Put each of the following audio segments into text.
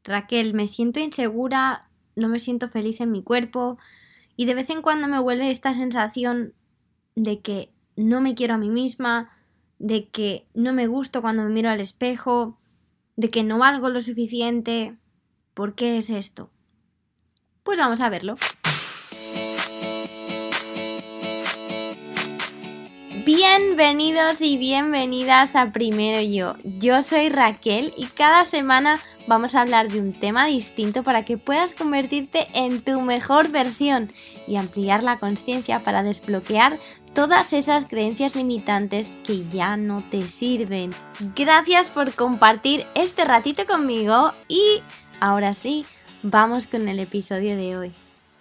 Raquel, me siento insegura, no me siento feliz en mi cuerpo y de vez en cuando me vuelve esta sensación de que no me quiero a mí misma, de que no me gusto cuando me miro al espejo, de que no valgo lo suficiente. ¿Por qué es esto? Pues vamos a verlo. Bienvenidos y bienvenidas a Primero Yo. Yo soy Raquel y cada semana vamos a hablar de un tema distinto para que puedas convertirte en tu mejor versión y ampliar la conciencia para desbloquear todas esas creencias limitantes que ya no te sirven. Gracias por compartir este ratito conmigo y ahora sí, vamos con el episodio de hoy.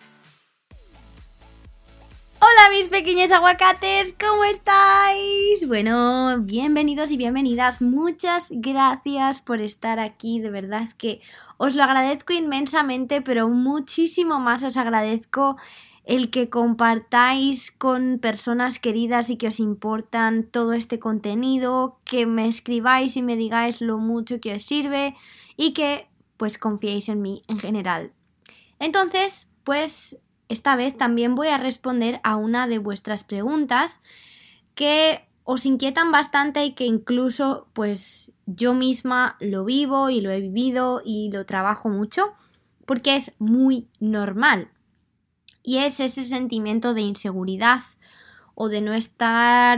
Hola mis pequeños aguacates, ¿cómo estáis? Bueno, bienvenidos y bienvenidas, muchas gracias por estar aquí, de verdad que os lo agradezco inmensamente, pero muchísimo más os agradezco el que compartáis con personas queridas y que os importan todo este contenido, que me escribáis y me digáis lo mucho que os sirve y que pues confiéis en mí en general. Entonces, pues esta vez también voy a responder a una de vuestras preguntas que os inquietan bastante y que incluso pues yo misma lo vivo y lo he vivido y lo trabajo mucho porque es muy normal y es ese sentimiento de inseguridad o de no estar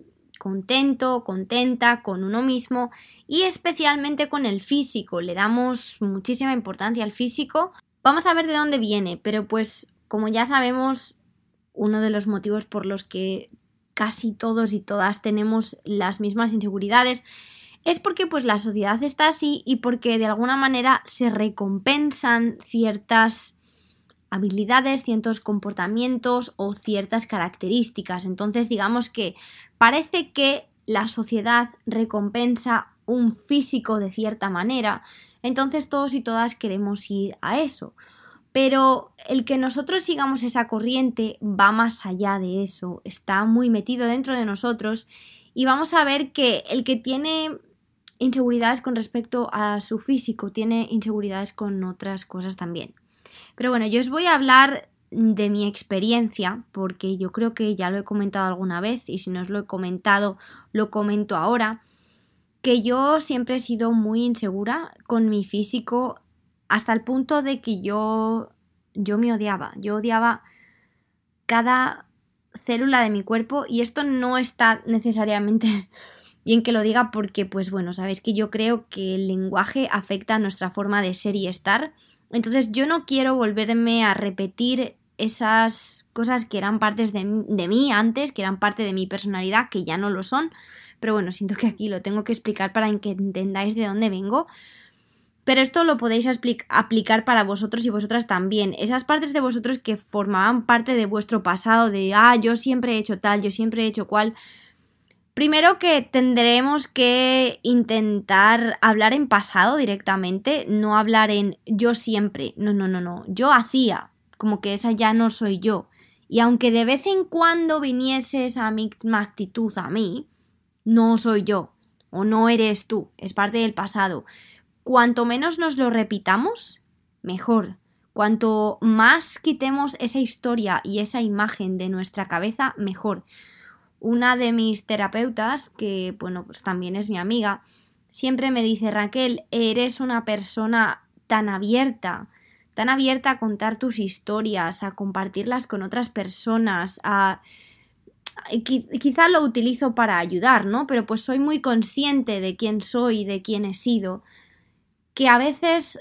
contento o contenta con uno mismo y especialmente con el físico. Le damos muchísima importancia al físico. Vamos a ver de dónde viene, pero pues como ya sabemos, uno de los motivos por los que casi todos y todas tenemos las mismas inseguridades es porque pues la sociedad está así y porque de alguna manera se recompensan ciertas habilidades, ciertos comportamientos o ciertas características. Entonces digamos que parece que la sociedad recompensa un físico de cierta manera, entonces todos y todas queremos ir a eso. Pero el que nosotros sigamos esa corriente va más allá de eso, está muy metido dentro de nosotros y vamos a ver que el que tiene inseguridades con respecto a su físico tiene inseguridades con otras cosas también. Pero bueno, yo os voy a hablar de mi experiencia porque yo creo que ya lo he comentado alguna vez y si no os lo he comentado, lo comento ahora, que yo siempre he sido muy insegura con mi físico hasta el punto de que yo me odiaba. Yo odiaba cada célula de mi cuerpo y esto no está necesariamente bien que lo diga porque, pues bueno, sabéis que yo creo que el lenguaje afecta a nuestra forma de ser y estar. Entonces yo no quiero volverme a repetir esas cosas que eran partes de mí antes, que eran parte de mi personalidad, que ya no lo son. Pero bueno, siento que aquí lo tengo que explicar para que entendáis de dónde vengo. Pero esto lo podéis aplicar para vosotros y vosotras también. Esas partes de vosotros que formaban parte de vuestro pasado, de yo siempre he hecho tal, yo siempre he hecho cual. Primero que tendremos que intentar hablar en pasado directamente, no hablar en yo siempre. No. Yo hacía, como que esa ya no soy yo. Y aunque de vez en cuando viniese esa misma actitud a mí, no soy yo. O no eres tú, es parte del pasado. Cuanto menos nos lo repitamos, mejor. Cuanto más quitemos esa historia y esa imagen de nuestra cabeza, mejor. Una de mis terapeutas, que bueno, pues también es mi amiga, siempre me dice: Raquel, eres una persona tan abierta a contar tus historias, a compartirlas con otras personas, quizá lo utilizo para ayudar, ¿no? Pero pues soy muy consciente de quién soy y de quién he sido, que a veces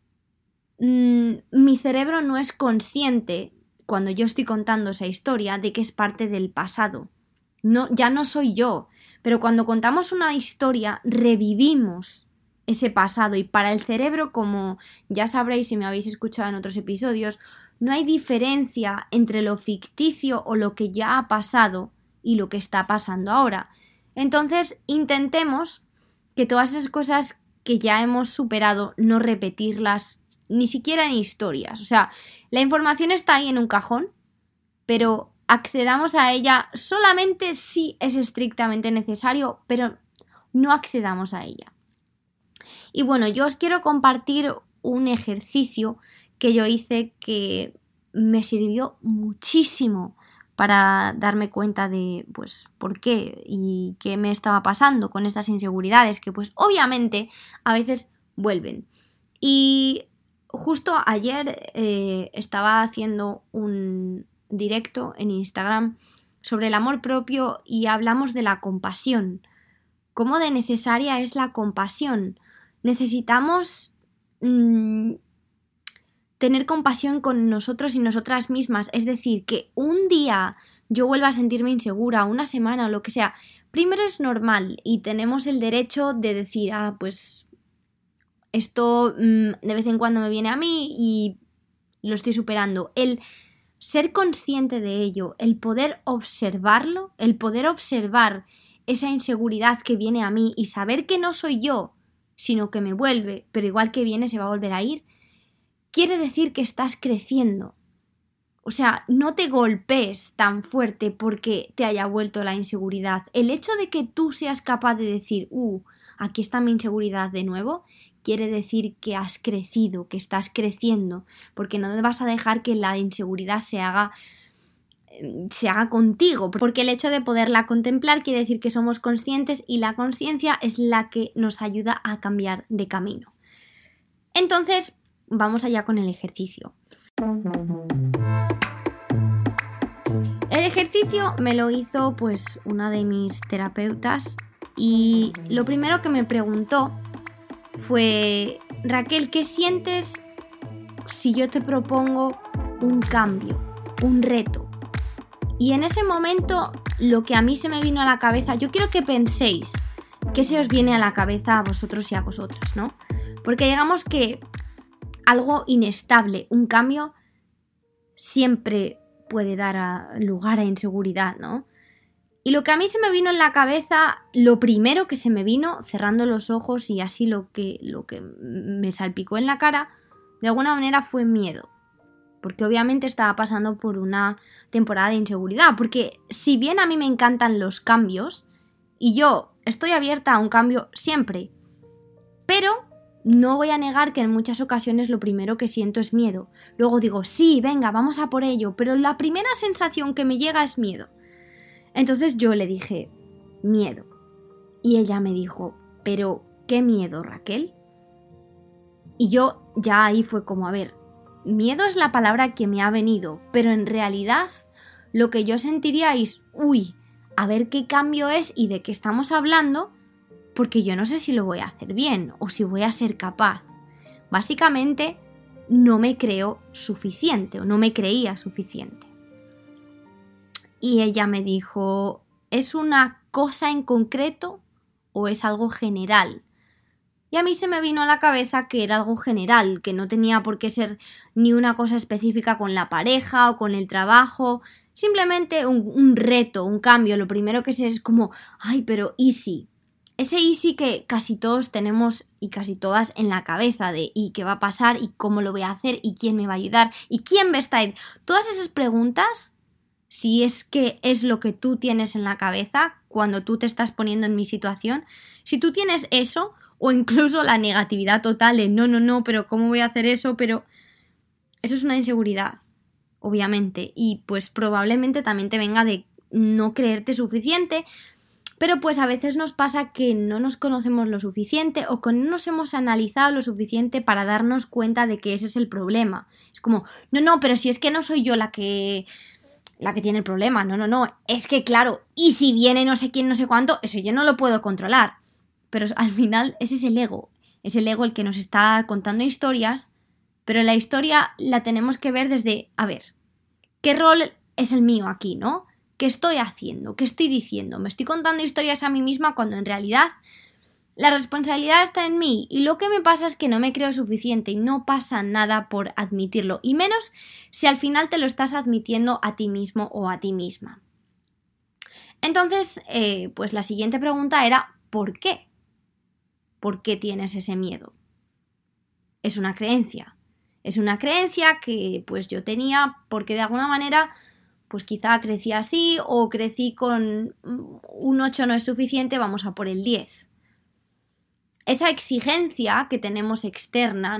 mi cerebro no es consciente, cuando yo estoy contando esa historia, de que es parte del pasado. No, ya no soy yo, pero cuando contamos una historia revivimos ese pasado y para el cerebro, como ya sabréis si me habéis escuchado en otros episodios, no hay diferencia entre lo ficticio o lo que ya ha pasado y lo que está pasando ahora. Entonces intentemos que todas esas cosas que ya hemos superado no repetirlas ni siquiera en historias. O sea, la información está ahí en un cajón, pero accedamos a ella solamente si es estrictamente necesario, pero no accedamos a ella. Y bueno, yo os quiero compartir un ejercicio que yo hice que me sirvió muchísimo para darme cuenta de, pues, por qué y qué me estaba pasando con estas inseguridades que, pues, obviamente a veces vuelven. Y justo ayer estaba haciendo un directo en Instagram sobre el amor propio y hablamos de la compasión. ¿Cómo de necesaria es la compasión? Necesitamos tener compasión con nosotros y nosotras mismas. Es decir, que un día yo vuelva a sentirme insegura, una semana o lo que sea, primero es normal y tenemos el derecho de decir, pues esto de vez en cuando me viene a mí y lo estoy superando. El ser consciente de ello, el poder observarlo, el poder observar esa inseguridad que viene a mí y saber que no soy yo, sino que me vuelve, pero igual que viene se va a volver a ir, quiere decir que estás creciendo. O sea, no te golpees tan fuerte porque te haya vuelto la inseguridad. El hecho de que tú seas capaz de decir, aquí está mi inseguridad de nuevo, quiere decir que has crecido, que estás creciendo, porque no vas a dejar que la inseguridad se haga contigo, porque el hecho de poderla contemplar quiere decir que somos conscientes y la conciencia es la que nos ayuda a cambiar de camino. Entonces, vamos allá con el ejercicio. El ejercicio me lo hizo pues una de mis terapeutas y lo primero que me preguntó fue: Raquel, ¿qué sientes si yo te propongo un cambio, un reto? Y en ese momento lo que a mí se me vino a la cabeza, yo quiero que penséis qué se os viene a la cabeza a vosotros y a vosotras, ¿no? Porque digamos que algo inestable, un cambio, siempre puede dar lugar a inseguridad, ¿no? Y lo que a mí se me vino en la cabeza, lo primero que se me vino, cerrando los ojos y así lo que me salpicó en la cara, de alguna manera fue miedo. Porque obviamente estaba pasando por una temporada de inseguridad. Porque si bien a mí me encantan los cambios, y yo estoy abierta a un cambio siempre, pero no voy a negar que en muchas ocasiones lo primero que siento es miedo. Luego digo, sí, venga, vamos a por ello, pero la primera sensación que me llega es miedo. Entonces yo le dije, miedo. Y ella me dijo, ¿pero qué miedo, Raquel? Y yo ya ahí fue como, a ver, miedo es la palabra que me ha venido, pero en realidad lo que yo sentiría es, a ver qué cambio es y de qué estamos hablando, porque yo no sé si lo voy a hacer bien o si voy a ser capaz. Básicamente no me creo suficiente o no me creía suficiente. Y ella me dijo, ¿es una cosa en concreto o es algo general? Y a mí se me vino a la cabeza que era algo general, que no tenía por qué ser ni una cosa específica con la pareja o con el trabajo, simplemente un reto, un cambio. Lo primero que sé es como, pero easy. Ese easy que casi todos tenemos y casi todas en la cabeza de ¿y qué va a pasar? ¿Y cómo lo voy a hacer? ¿Y quién me va a ayudar? ¿Y quién va a estar? Todas esas preguntas, si es que es lo que tú tienes en la cabeza cuando tú te estás poniendo en mi situación, si tú tienes eso o incluso la negatividad total de no, pero ¿cómo voy a hacer eso? Pero eso es una inseguridad, obviamente, y pues probablemente también te venga de no creerte suficiente. Pero pues a veces nos pasa que no nos conocemos lo suficiente o que no nos hemos analizado lo suficiente para darnos cuenta de que ese es el problema. Es como, no, pero si es que no soy yo la que tiene el problema. No, es que claro, y si viene no sé quién, no sé cuánto, eso yo no lo puedo controlar. Pero al final ese es el ego el que nos está contando historias, pero la historia la tenemos que ver desde, a ver, ¿qué rol es el mío aquí, no? ¿Qué estoy haciendo? ¿Qué estoy diciendo? ¿Me estoy contando historias a mí misma cuando en realidad la responsabilidad está en mí? Y lo que me pasa es que no me creo suficiente y no pasa nada por admitirlo. Y menos si al final te lo estás admitiendo a ti mismo o a ti misma. Entonces, pues la siguiente pregunta era ¿por qué? ¿Por qué tienes ese miedo? Es una creencia. Es una creencia que pues yo tenía porque de alguna manera pues quizá crecí así o crecí con un 8 no es suficiente, vamos a por el 10. Esa exigencia que tenemos externa, ¿no?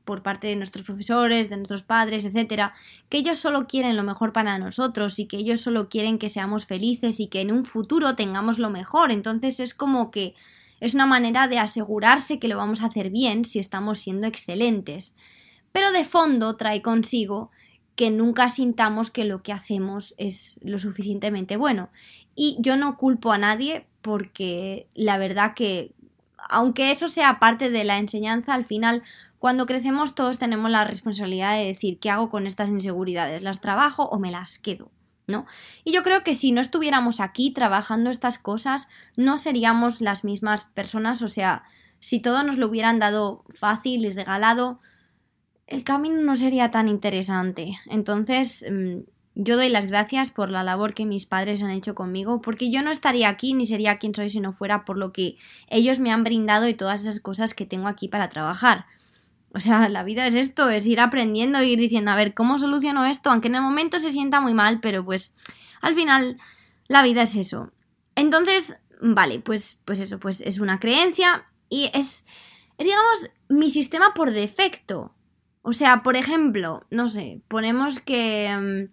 por parte de nuestros profesores, de nuestros padres, etcétera, que ellos solo quieren lo mejor para nosotros y que ellos solo quieren que seamos felices y que en un futuro tengamos lo mejor. Entonces es como que es una manera de asegurarse que lo vamos a hacer bien si estamos siendo excelentes. Pero de fondo trae consigo que nunca sintamos que lo que hacemos es lo suficientemente bueno. Y yo no culpo a nadie porque la verdad que, aunque eso sea parte de la enseñanza, al final, cuando crecemos todos tenemos la responsabilidad de decir ¿qué hago con estas inseguridades? ¿Las trabajo o me las quedo? ¿No? Y yo creo que si no estuviéramos aquí trabajando estas cosas, no seríamos las mismas personas. O sea, si todo nos lo hubieran dado fácil y regalado, el camino no sería tan interesante. Entonces, yo doy las gracias por la labor que mis padres han hecho conmigo, porque yo no estaría aquí ni sería quien soy si no fuera por lo que ellos me han brindado y todas esas cosas que tengo aquí para trabajar. O sea, la vida es esto, es ir aprendiendo e ir diciendo, a ver, ¿cómo soluciono esto? Aunque en el momento se sienta muy mal, pero pues al final la vida es eso. Entonces, vale, pues eso, pues es una creencia y es digamos, mi sistema por defecto. O sea, por ejemplo, no sé, ponemos que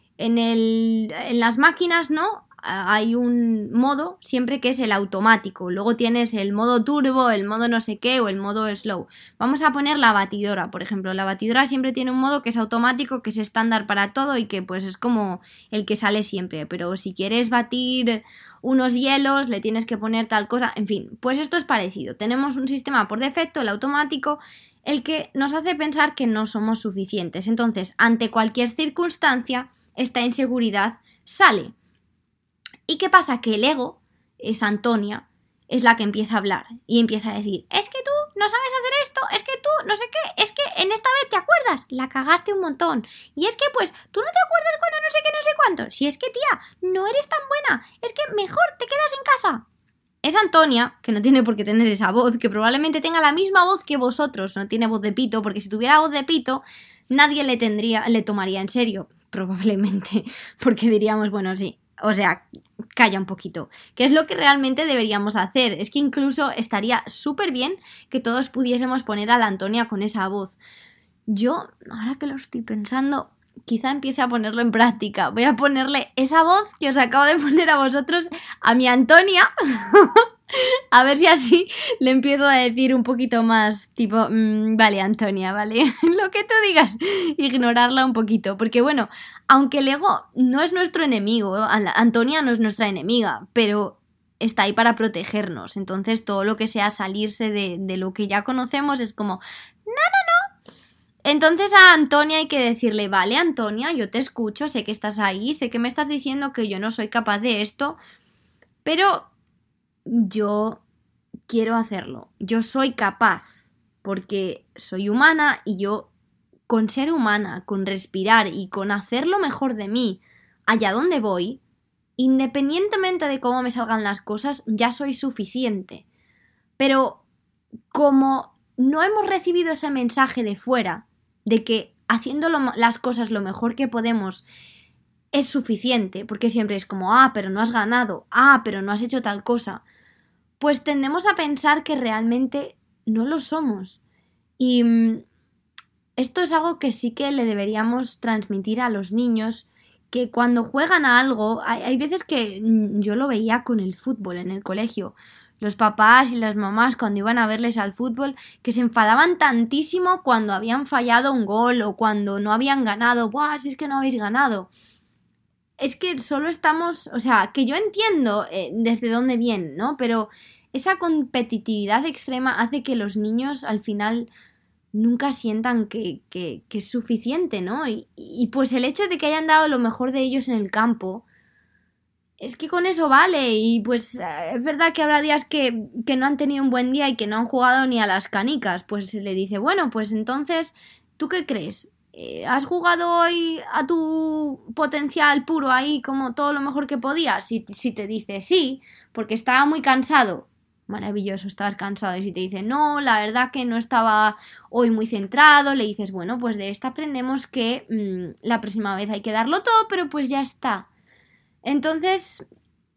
en las máquinas, ¿no? Hay un modo siempre que es el automático. Luego tienes el modo turbo, el modo no sé qué o el modo slow. Vamos a poner la batidora, por ejemplo. La batidora siempre tiene un modo que es automático, que es estándar para todo y que pues es como el que sale siempre. Pero si quieres batir unos hielos, le tienes que poner tal cosa. En fin, pues esto es parecido. Tenemos un sistema por defecto, el automático, el que nos hace pensar que no somos suficientes. Entonces, ante cualquier circunstancia, esta inseguridad sale. ¿Y qué pasa? Que el ego, es Antonia, es la que empieza a hablar y empieza a decir, es que tú no sabes hacer esto, es que tú no sé qué, es que en esta vez te acuerdas, la cagaste un montón. Y es que pues tú no te acuerdas cuando no sé qué, no sé cuánto. Si es que tía, no eres tan buena, es que mejor te quedas en casa. Es Antonia, que no tiene por qué tener esa voz, que probablemente tenga la misma voz que vosotros, no tiene voz de pito, porque si tuviera voz de pito, nadie le tomaría en serio, probablemente, porque diríamos, bueno, sí, o sea, calla un poquito, que es lo que realmente deberíamos hacer. Es que incluso estaría súper bien que todos pudiésemos poner a la Antonia con esa voz. Yo, ahora que lo estoy pensando, quizá empiece a ponerlo en práctica. Voy a ponerle esa voz que os acabo de poner a vosotros a mi Antonia. A ver si así le empiezo a decir un poquito más, tipo, vale, Antonia, vale, lo que tú digas, ignorarla un poquito, porque bueno, aunque el ego no es nuestro enemigo, Antonia no es nuestra enemiga, pero está ahí para protegernos, entonces todo lo que sea salirse de lo que ya conocemos es como, no. Entonces a Antonia hay que decirle, vale, Antonia, yo te escucho, sé que estás ahí, sé que me estás diciendo que yo no soy capaz de esto, pero yo quiero hacerlo, yo soy capaz, porque soy humana y yo, con ser humana, con respirar y con hacer lo mejor de mí allá donde voy, independientemente de cómo me salgan las cosas, ya soy suficiente. Pero como no hemos recibido ese mensaje de fuera, de que haciendo las cosas lo mejor que podemos es suficiente, porque siempre es como, pero no has ganado, pero no has hecho tal cosa, pues tendemos a pensar que realmente no lo somos. Y esto es algo que sí que le deberíamos transmitir a los niños, que cuando juegan a algo, hay veces que yo lo veía con el fútbol en el colegio, los papás y las mamás cuando iban a verles al fútbol, que se enfadaban tantísimo cuando habían fallado un gol o cuando no habían ganado, ¡buah, si es que no habéis ganado! Es que solo estamos, o sea, que yo entiendo desde dónde viene, ¿no? Pero esa competitividad extrema hace que los niños al final nunca sientan que es suficiente, ¿no? Y pues el hecho de que hayan dado lo mejor de ellos en el campo, es que con eso vale. Y pues es verdad que habrá días que no han tenido un buen día y que no han jugado ni a las canicas. Pues se le dice, bueno, pues entonces, ¿tú qué crees? ¿Has jugado hoy a tu potencial puro ahí como todo lo mejor que podías? Si te dice sí, porque estaba muy cansado, maravilloso, estabas cansado. Y si te dice no, la verdad que no estaba hoy muy centrado, le dices, bueno, pues de esta aprendemos que la próxima vez hay que darlo todo, pero pues ya está. Entonces,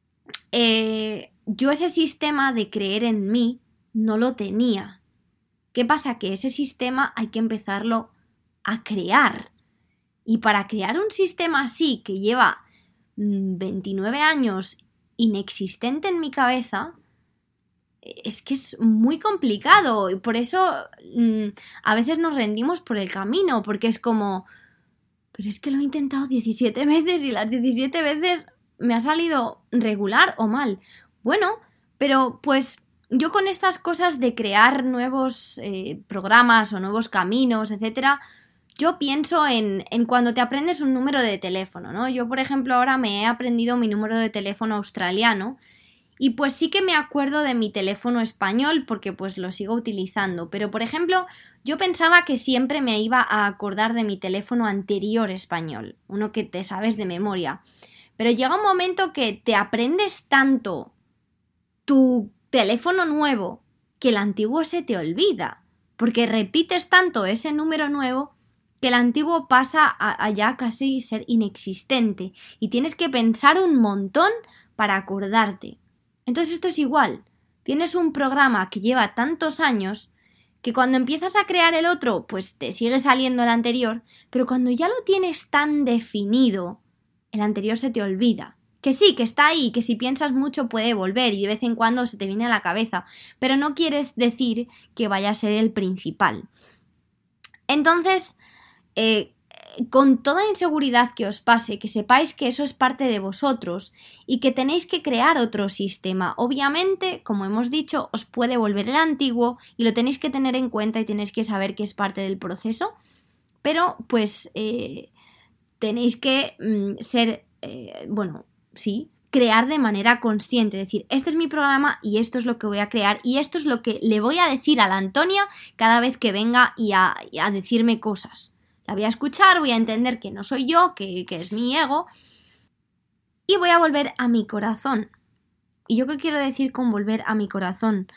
yo ese sistema de creer en mí no lo tenía. ¿Qué pasa? Que ese sistema hay que empezarlo a crear. Y para crear un sistema así que lleva 29 años inexistente en mi cabeza, es que es muy complicado y por eso a veces nos rendimos por el camino, porque es como, pero es que lo he intentado 17 veces y las 17 veces me ha salido regular o mal. Bueno, pero pues yo con estas cosas de crear nuevos programas o nuevos caminos, etcétera, yo pienso en cuando te aprendes un número de teléfono, ¿no? Yo, por ejemplo, ahora me he aprendido mi número de teléfono australiano y pues sí que me acuerdo de mi teléfono español porque pues lo sigo utilizando. Pero, por ejemplo, yo pensaba que siempre me iba a acordar de mi teléfono anterior español, uno que te sabes de memoria. Pero llega un momento que te aprendes tanto tu teléfono nuevo que el antiguo se te olvida, porque repites tanto ese número nuevo que el antiguo pasa a ya casi ser inexistente y tienes que pensar un montón para acordarte. Entonces esto es igual, tienes un programa que lleva tantos años que cuando empiezas a crear el otro pues te sigue saliendo el anterior, pero cuando ya lo tienes tan definido, el anterior se te olvida. Que sí, que está ahí, que si piensas mucho puede volver y de vez en cuando se te viene a la cabeza, pero no quieres decir que vaya a ser el principal. Entonces, con toda inseguridad que os pase, que sepáis que eso es parte de vosotros y que tenéis que crear otro sistema. Obviamente, como hemos dicho, os puede volver el antiguo y lo tenéis que tener en cuenta y tenéis que saber que es parte del proceso, pero pues tenéis que crear de manera consciente, decir, este es mi programa y esto es lo que voy a crear y esto es lo que le voy a decir a la Antonia cada vez que venga y a decirme cosas. La voy a escuchar, voy a entender que no soy yo, que es mi ego y voy a volver a mi corazón. ¿Y yo qué quiero decir con volver a mi corazón?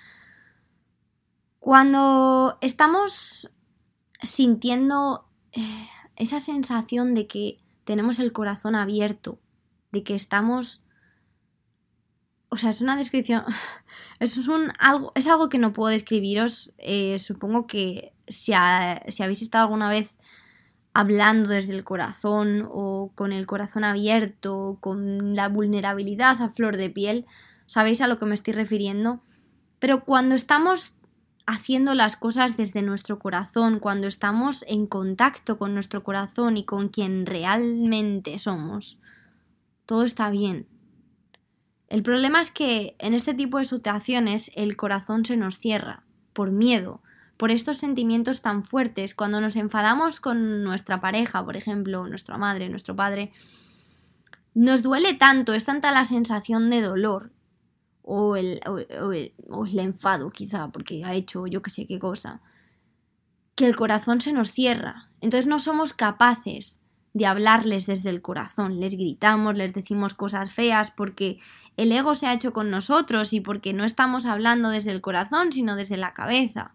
Cuando estamos sintiendo esa sensación de que tenemos el corazón abierto, de que estamos... O sea, es una descripción... Es algo que no puedo describiros. Supongo que si habéis estado alguna vez hablando desde el corazón o con el corazón abierto, con la vulnerabilidad a flor de piel, sabéis a lo que me estoy refiriendo. Pero cuando estamos haciendo las cosas desde nuestro corazón, cuando estamos en contacto con nuestro corazón y con quien realmente somos, todo está bien. El problema es que en este tipo de situaciones el corazón se nos cierra por miedo, por estos sentimientos tan fuertes. Cuando nos enfadamos con nuestra pareja, por ejemplo, nuestra madre, nuestro padre, nos duele tanto, es tanta la sensación de dolor o el enfado quizá porque ha hecho yo que sé qué cosa, que el corazón se nos cierra. Entonces no somos capaces de hablarles desde el corazón, les gritamos, les decimos cosas feas porque el ego se ha hecho con nosotros y porque no estamos hablando desde el corazón sino desde la cabeza.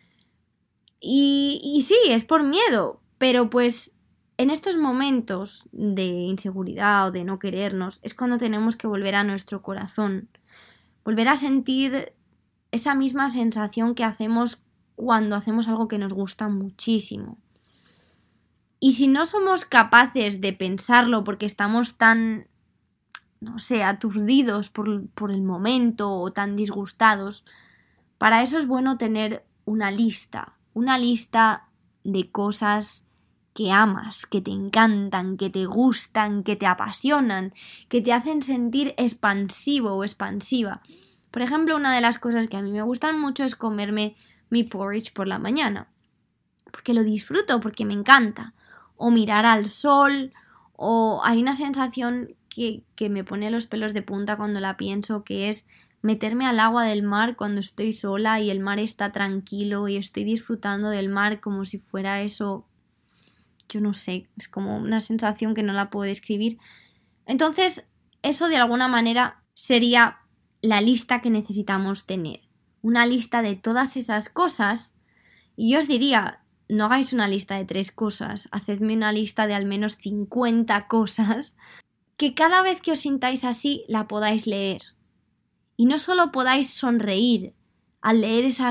Y sí, es por miedo, pero pues en estos momentos de inseguridad o de no querernos es cuando tenemos que volver a nuestro corazón, volver a sentir esa misma sensación que hacemos cuando hacemos algo que nos gusta muchísimo. Y si no somos capaces de pensarlo porque estamos tan, no sé, aturdidos por el momento o tan disgustados, para eso es bueno tener una lista de cosas que amas, que te encantan, que te gustan, que te apasionan, que te hacen sentir expansivo o expansiva. Por ejemplo, una de las cosas que a mí me gustan mucho es comerme mi porridge por la mañana, porque lo disfruto, porque me encanta. O mirar al sol, o hay una sensación que me pone los pelos de punta cuando la pienso, que es meterme al agua del mar cuando estoy sola y el mar está tranquilo y estoy disfrutando del mar como si fuera eso, yo no sé, es como una sensación que no la puedo describir. Entonces, eso de alguna manera sería la lista que necesitamos tener, una lista de todas esas cosas. Y yo os diría, no hagáis una lista de 3 cosas, hacedme una lista de al menos 50 cosas, que cada vez que os sintáis así la podáis leer. Y no solo podáis sonreír al leer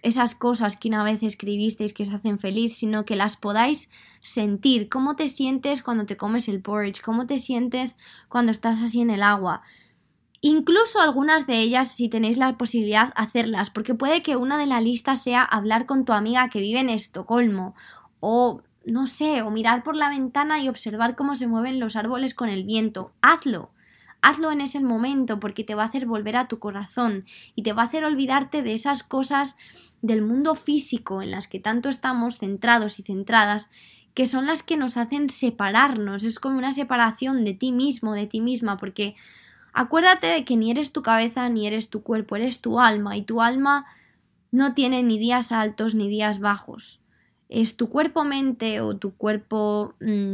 esas cosas que una vez escribisteis que os hacen feliz, sino que las podáis sentir. ¿Cómo te sientes cuando te comes el porridge? ¿Cómo te sientes cuando estás así en el agua? Incluso algunas de ellas, si tenéis la posibilidad, hacerlas, porque puede que una de la lista sea hablar con tu amiga que vive en Estocolmo, o no sé, o mirar por la ventana y observar cómo se mueven los árboles con el viento. Hazlo en ese momento, porque te va a hacer volver a tu corazón y te va a hacer olvidarte de esas cosas del mundo físico en las que tanto estamos centrados y centradas, que son las que nos hacen separarnos. Es como una separación de ti mismo, de ti misma, porque acuérdate de que ni eres tu cabeza ni eres tu cuerpo, eres tu alma, y tu alma no tiene ni días altos ni días bajos. Es tu cuerpo-mente o tu cuerpo...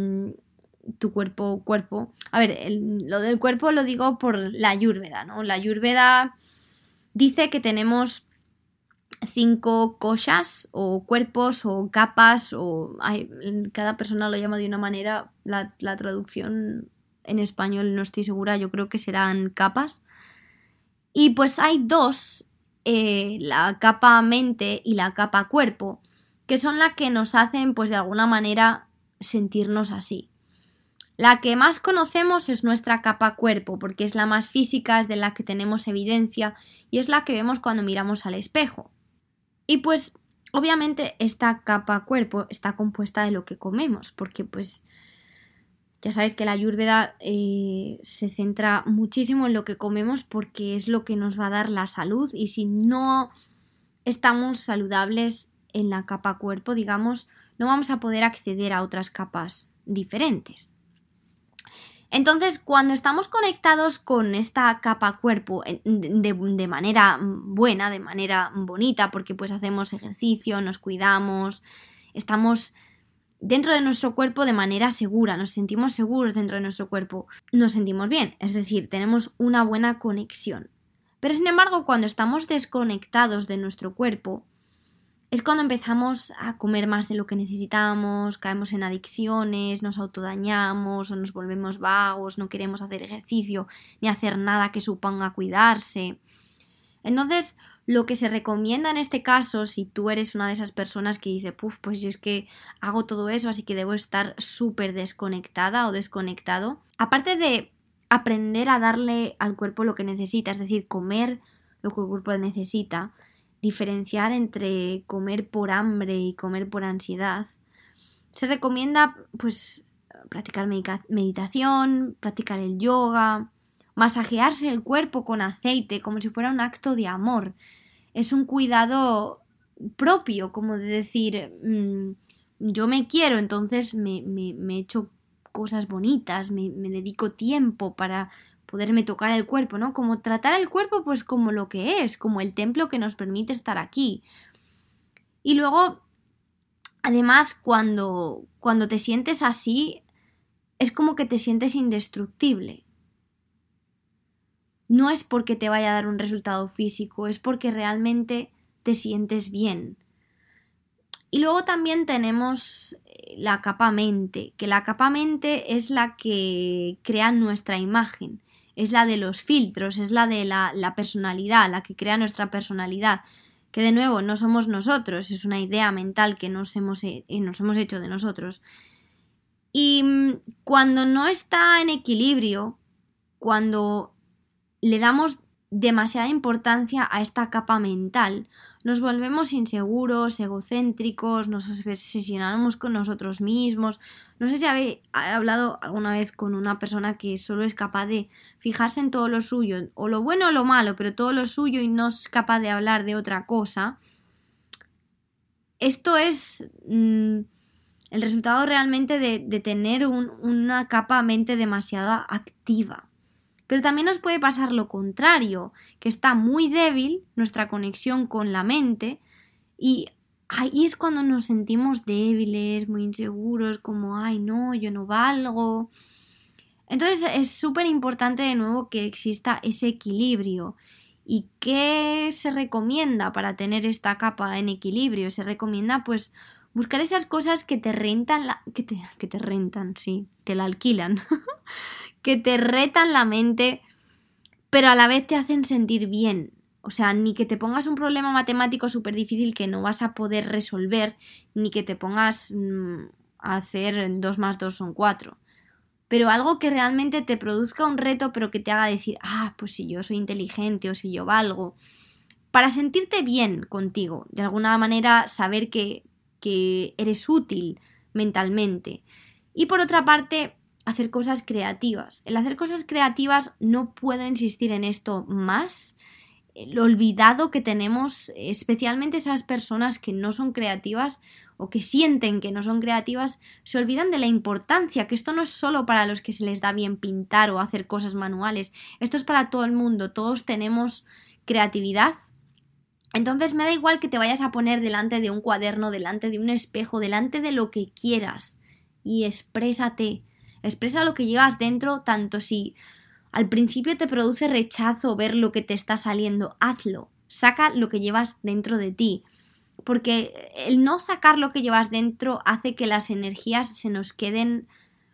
tu cuerpo. A ver, lo del cuerpo lo digo por la Ayurveda, ¿no? La Ayurveda dice que tenemos 5 koshas o cuerpos o capas o cada persona lo llama de una manera. La traducción en español no estoy segura, yo creo que serán capas. Y pues hay 2, la capa mente y la capa cuerpo, que son las que nos hacen pues de alguna manera sentirnos así. La que más conocemos es nuestra capa cuerpo, porque es la más física, es de la que tenemos evidencia y es la que vemos cuando miramos al espejo. Y pues obviamente esta capa cuerpo está compuesta de lo que comemos, porque pues ya sabéis que la Ayurveda se centra muchísimo en lo que comemos porque es lo que nos va a dar la salud, y si no estamos saludables en la capa cuerpo, digamos, no vamos a poder acceder a otras capas diferentes. Entonces, cuando estamos conectados con esta capa cuerpo de manera buena, de manera bonita, porque pues hacemos ejercicio, nos cuidamos, estamos dentro de nuestro cuerpo de manera segura, nos sentimos seguros dentro de nuestro cuerpo, nos sentimos bien, es decir, tenemos una buena conexión. Pero sin embargo, cuando estamos desconectados de nuestro cuerpo, es cuando empezamos a comer más de lo que necesitamos, caemos en adicciones, nos autodañamos o nos volvemos vagos, no queremos hacer ejercicio ni hacer nada que suponga cuidarse. Entonces, lo que se recomienda en este caso, si tú eres una de esas personas que dice, pues yo es que hago todo eso, así que debo estar súper desconectada o desconectado, aparte de aprender a darle al cuerpo lo que necesita, es decir, comer lo que el cuerpo necesita, diferenciar entre comer por hambre y comer por ansiedad, se recomienda pues practicar meditación, practicar el yoga, masajearse el cuerpo con aceite como si fuera un acto de amor. Es un cuidado propio, como de decir, yo me quiero, entonces me echo cosas bonitas, me dedico tiempo para poderme tocar el cuerpo, ¿no? Como tratar el cuerpo pues como lo que es, como el templo que nos permite estar aquí. Y luego, además, cuando te sientes así, es como que te sientes indestructible. No es porque te vaya a dar un resultado físico, es porque realmente te sientes bien. Y luego también tenemos la capa mente, que la capa mente es la que crea nuestra imagen. Es la de los filtros, es la de la personalidad, la que crea nuestra personalidad, que de nuevo no somos nosotros, es una idea mental que nos hemos hecho de nosotros. Y cuando no está en equilibrio, cuando le damos demasiada importancia a esta capa mental, nos volvemos inseguros, egocéntricos, nos obsesionamos con nosotros mismos. No sé si habéis hablado alguna vez con una persona que solo es capaz de fijarse en todo lo suyo, o lo bueno o lo malo, pero todo lo suyo, y no es capaz de hablar de otra cosa. Esto es el resultado realmente de tener una capa mente demasiado activa. Pero también nos puede pasar lo contrario, que está muy débil nuestra conexión con la mente, y ahí es cuando nos sentimos débiles, muy inseguros, como, ay no, yo no valgo. Entonces es súper importante de nuevo que exista ese equilibrio. ¿Y qué se recomienda para tener esta capa en equilibrio? Se recomienda pues buscar esas cosas que te rentan, que te rentan, sí, te la alquilan. Que te retan la mente, pero a la vez te hacen sentir bien. O sea, ni que te pongas un problema matemático súper difícil que no vas a poder resolver, ni que te pongas a hacer 2 más 2 son 4. Pero algo que realmente te produzca un reto, pero que te haga decir, pues si yo soy inteligente o si yo valgo. Para sentirte bien contigo, de alguna manera saber que eres útil mentalmente. Y por otra parte, hacer cosas creativas. El hacer cosas creativas, no puedo insistir en esto más. Lo olvidado que tenemos, especialmente esas personas que no son creativas o que sienten que no son creativas, se olvidan de la importancia, que esto no es solo para los que se les da bien pintar o hacer cosas manuales, esto es para todo el mundo, todos tenemos creatividad. Entonces me da igual que te vayas a poner delante de un cuaderno, delante de un espejo, delante de lo que quieras y exprésate, expresa lo que llevas dentro, tanto si al principio te produce rechazo ver lo que te está saliendo, hazlo, saca lo que llevas dentro de ti, porque el no sacar lo que llevas dentro hace que las energías se nos queden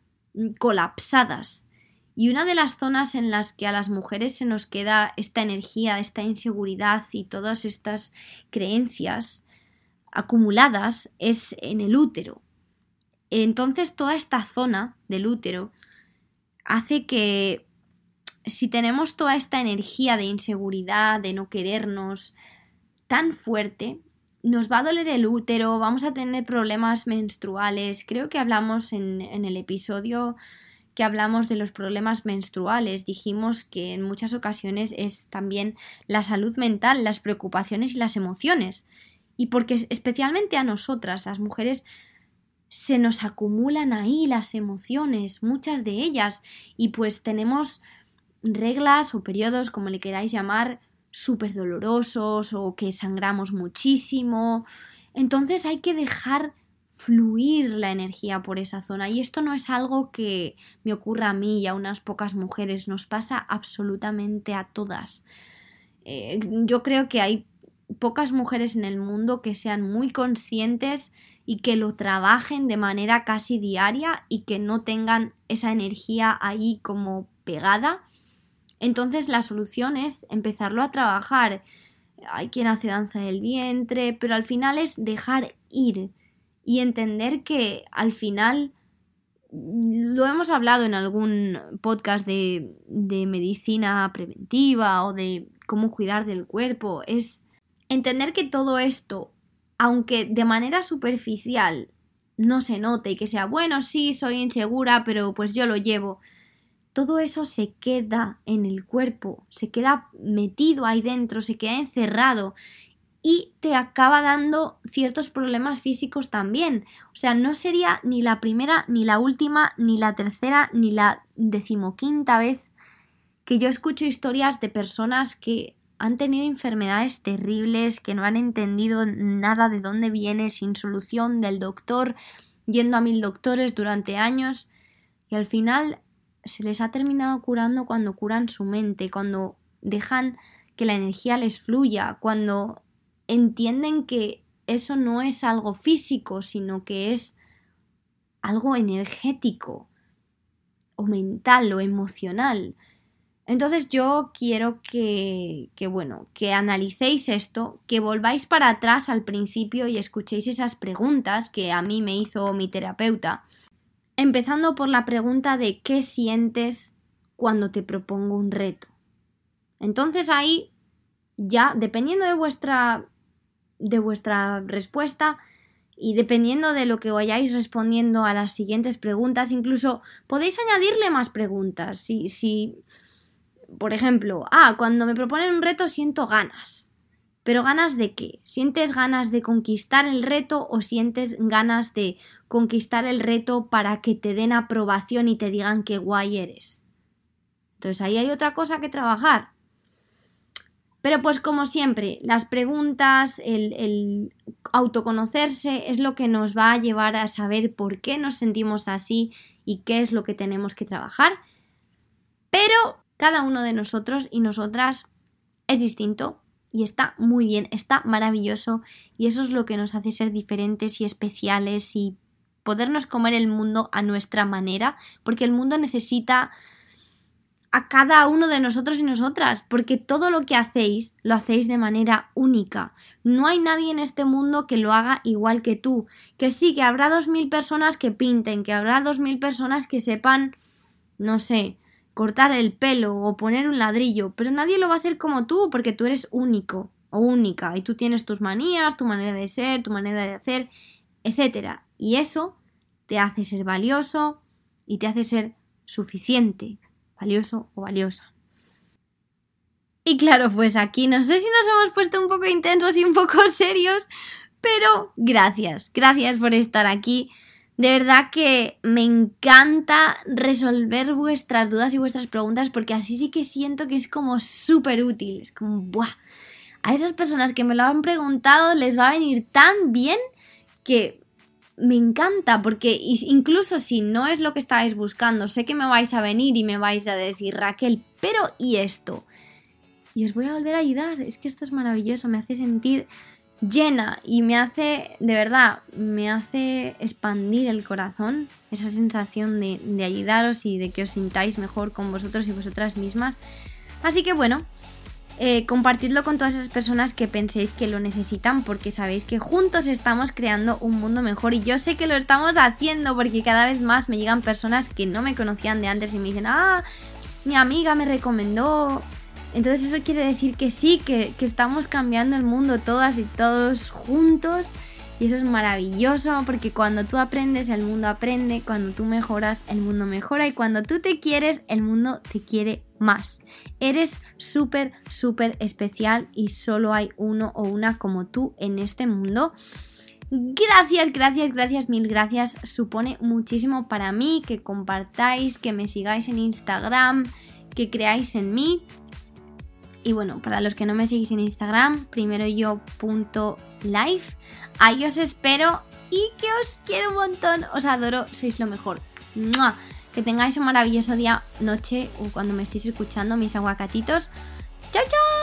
colapsadas. Y una de las zonas en las que a las mujeres se nos queda esta energía, esta inseguridad y todas estas creencias acumuladas es en el útero. Entonces toda esta zona del útero hace que si tenemos toda esta energía de inseguridad, de no querernos tan fuerte, nos va a doler el útero, vamos a tener problemas menstruales. Creo que hablamos en el episodio que hablamos de los problemas menstruales, dijimos que en muchas ocasiones es también la salud mental, las preocupaciones y las emociones. Y porque especialmente a nosotras, las mujeres, se nos acumulan ahí las emociones, muchas de ellas, y pues tenemos reglas o periodos, como le queráis llamar, súper dolorosos o que sangramos muchísimo. Entonces hay que dejar fluir la energía por esa zona, y esto no es algo que me ocurra a mí y a unas pocas mujeres, nos pasa absolutamente a todas. Yo creo que hay pocas mujeres en el mundo que sean muy conscientes y que lo trabajen de manera casi diaria y que no tengan esa energía ahí como pegada. Entonces la solución es empezarlo a trabajar. Hay quien hace danza del vientre, pero al final es dejar ir y entender que al final, lo hemos hablado en algún podcast de medicina preventiva o de cómo cuidar del cuerpo, es entender que todo esto, aunque de manera superficial no se note y que sea, bueno, sí, soy insegura, pero pues yo lo llevo, todo eso se queda en el cuerpo, se queda metido ahí dentro, se queda encerrado y te acaba dando ciertos problemas físicos también. O sea, no sería ni la primera, ni la última, ni la tercera, ni la 15ª vez que yo escucho historias de personas que han tenido enfermedades terribles, que no han entendido nada de dónde viene, sin solución, del doctor, yendo a 1000 doctores durante años, y al final se les ha terminado curando cuando curan su mente, cuando dejan que la energía les fluya, cuando entienden que eso no es algo físico, sino que es algo energético o mental o emocional. Entonces yo quiero que analicéis esto, que volváis para atrás al principio y escuchéis esas preguntas que a mí me hizo mi terapeuta, empezando por la pregunta de ¿qué sientes cuando te propongo un reto? Entonces ahí ya, dependiendo de vuestra respuesta y dependiendo de lo que vayáis respondiendo a las siguientes preguntas, incluso podéis añadirle más preguntas. Si por ejemplo, cuando me proponen un reto siento ganas. ¿Pero ganas de qué? ¿Sientes ganas de conquistar el reto o sientes ganas de conquistar el reto para que te den aprobación y te digan qué guay eres? Entonces ahí hay otra cosa que trabajar. Pero pues como siempre, las preguntas, el autoconocerse es lo que nos va a llevar a saber por qué nos sentimos así y qué es lo que tenemos que trabajar. Pero cada uno de nosotros y nosotras es distinto y está muy bien, está maravilloso, y eso es lo que nos hace ser diferentes y especiales y podernos comer el mundo a nuestra manera, porque el mundo necesita a cada uno de nosotros y nosotras, porque todo lo que hacéis, lo hacéis de manera única. No hay nadie en este mundo que lo haga igual que tú. Que sí, que habrá 2000 personas que pinten, que habrá 2000 personas que sepan, no sé, cortar el pelo o poner un ladrillo, pero nadie lo va a hacer como tú, porque tú eres único o única y tú tienes tus manías, tu manera de ser, tu manera de hacer, etcétera. Y eso te hace ser valioso y te hace ser suficiente, valioso o valiosa. Y claro, pues aquí no sé si nos hemos puesto un poco intensos y un poco serios, pero gracias por estar aquí. De verdad que me encanta resolver vuestras dudas y vuestras preguntas, porque así sí que siento que es como súper útil. Es como, ¡buah! A esas personas que me lo han preguntado les va a venir tan bien que me encanta, porque incluso si no es lo que estáis buscando, sé que me vais a venir y me vais a decir, Raquel, pero ¿y esto? Y os voy a volver a ayudar. Es que esto es maravilloso, me hace sentir llena y me hace, de verdad, me hace expandir el corazón, esa sensación de ayudaros y de que os sintáis mejor con vosotros y vosotras mismas. Así que bueno, compartidlo con todas esas personas que penséis que lo necesitan, porque sabéis que juntos estamos creando un mundo mejor, y yo sé que lo estamos haciendo porque cada vez más me llegan personas que no me conocían de antes y me dicen, mi amiga me recomendó. Entonces eso quiere decir que sí, que estamos cambiando el mundo todas y todos juntos, y eso es maravilloso, porque cuando tú aprendes, el mundo aprende, cuando tú mejoras, el mundo mejora, y cuando tú te quieres, el mundo te quiere más. Eres súper, súper especial y solo hay uno o una como tú en este mundo. Gracias, mil gracias. Supone muchísimo para mí que compartáis, que me sigáis en Instagram, que creáis en mí. Y bueno, para los que no me seguís en Instagram, primeroyo.life. Ahí os espero y que os quiero un montón. Os adoro, sois lo mejor. ¡Mua! Que tengáis un maravilloso día, noche o cuando me estéis escuchando, mis aguacatitos. ¡Chao, chao!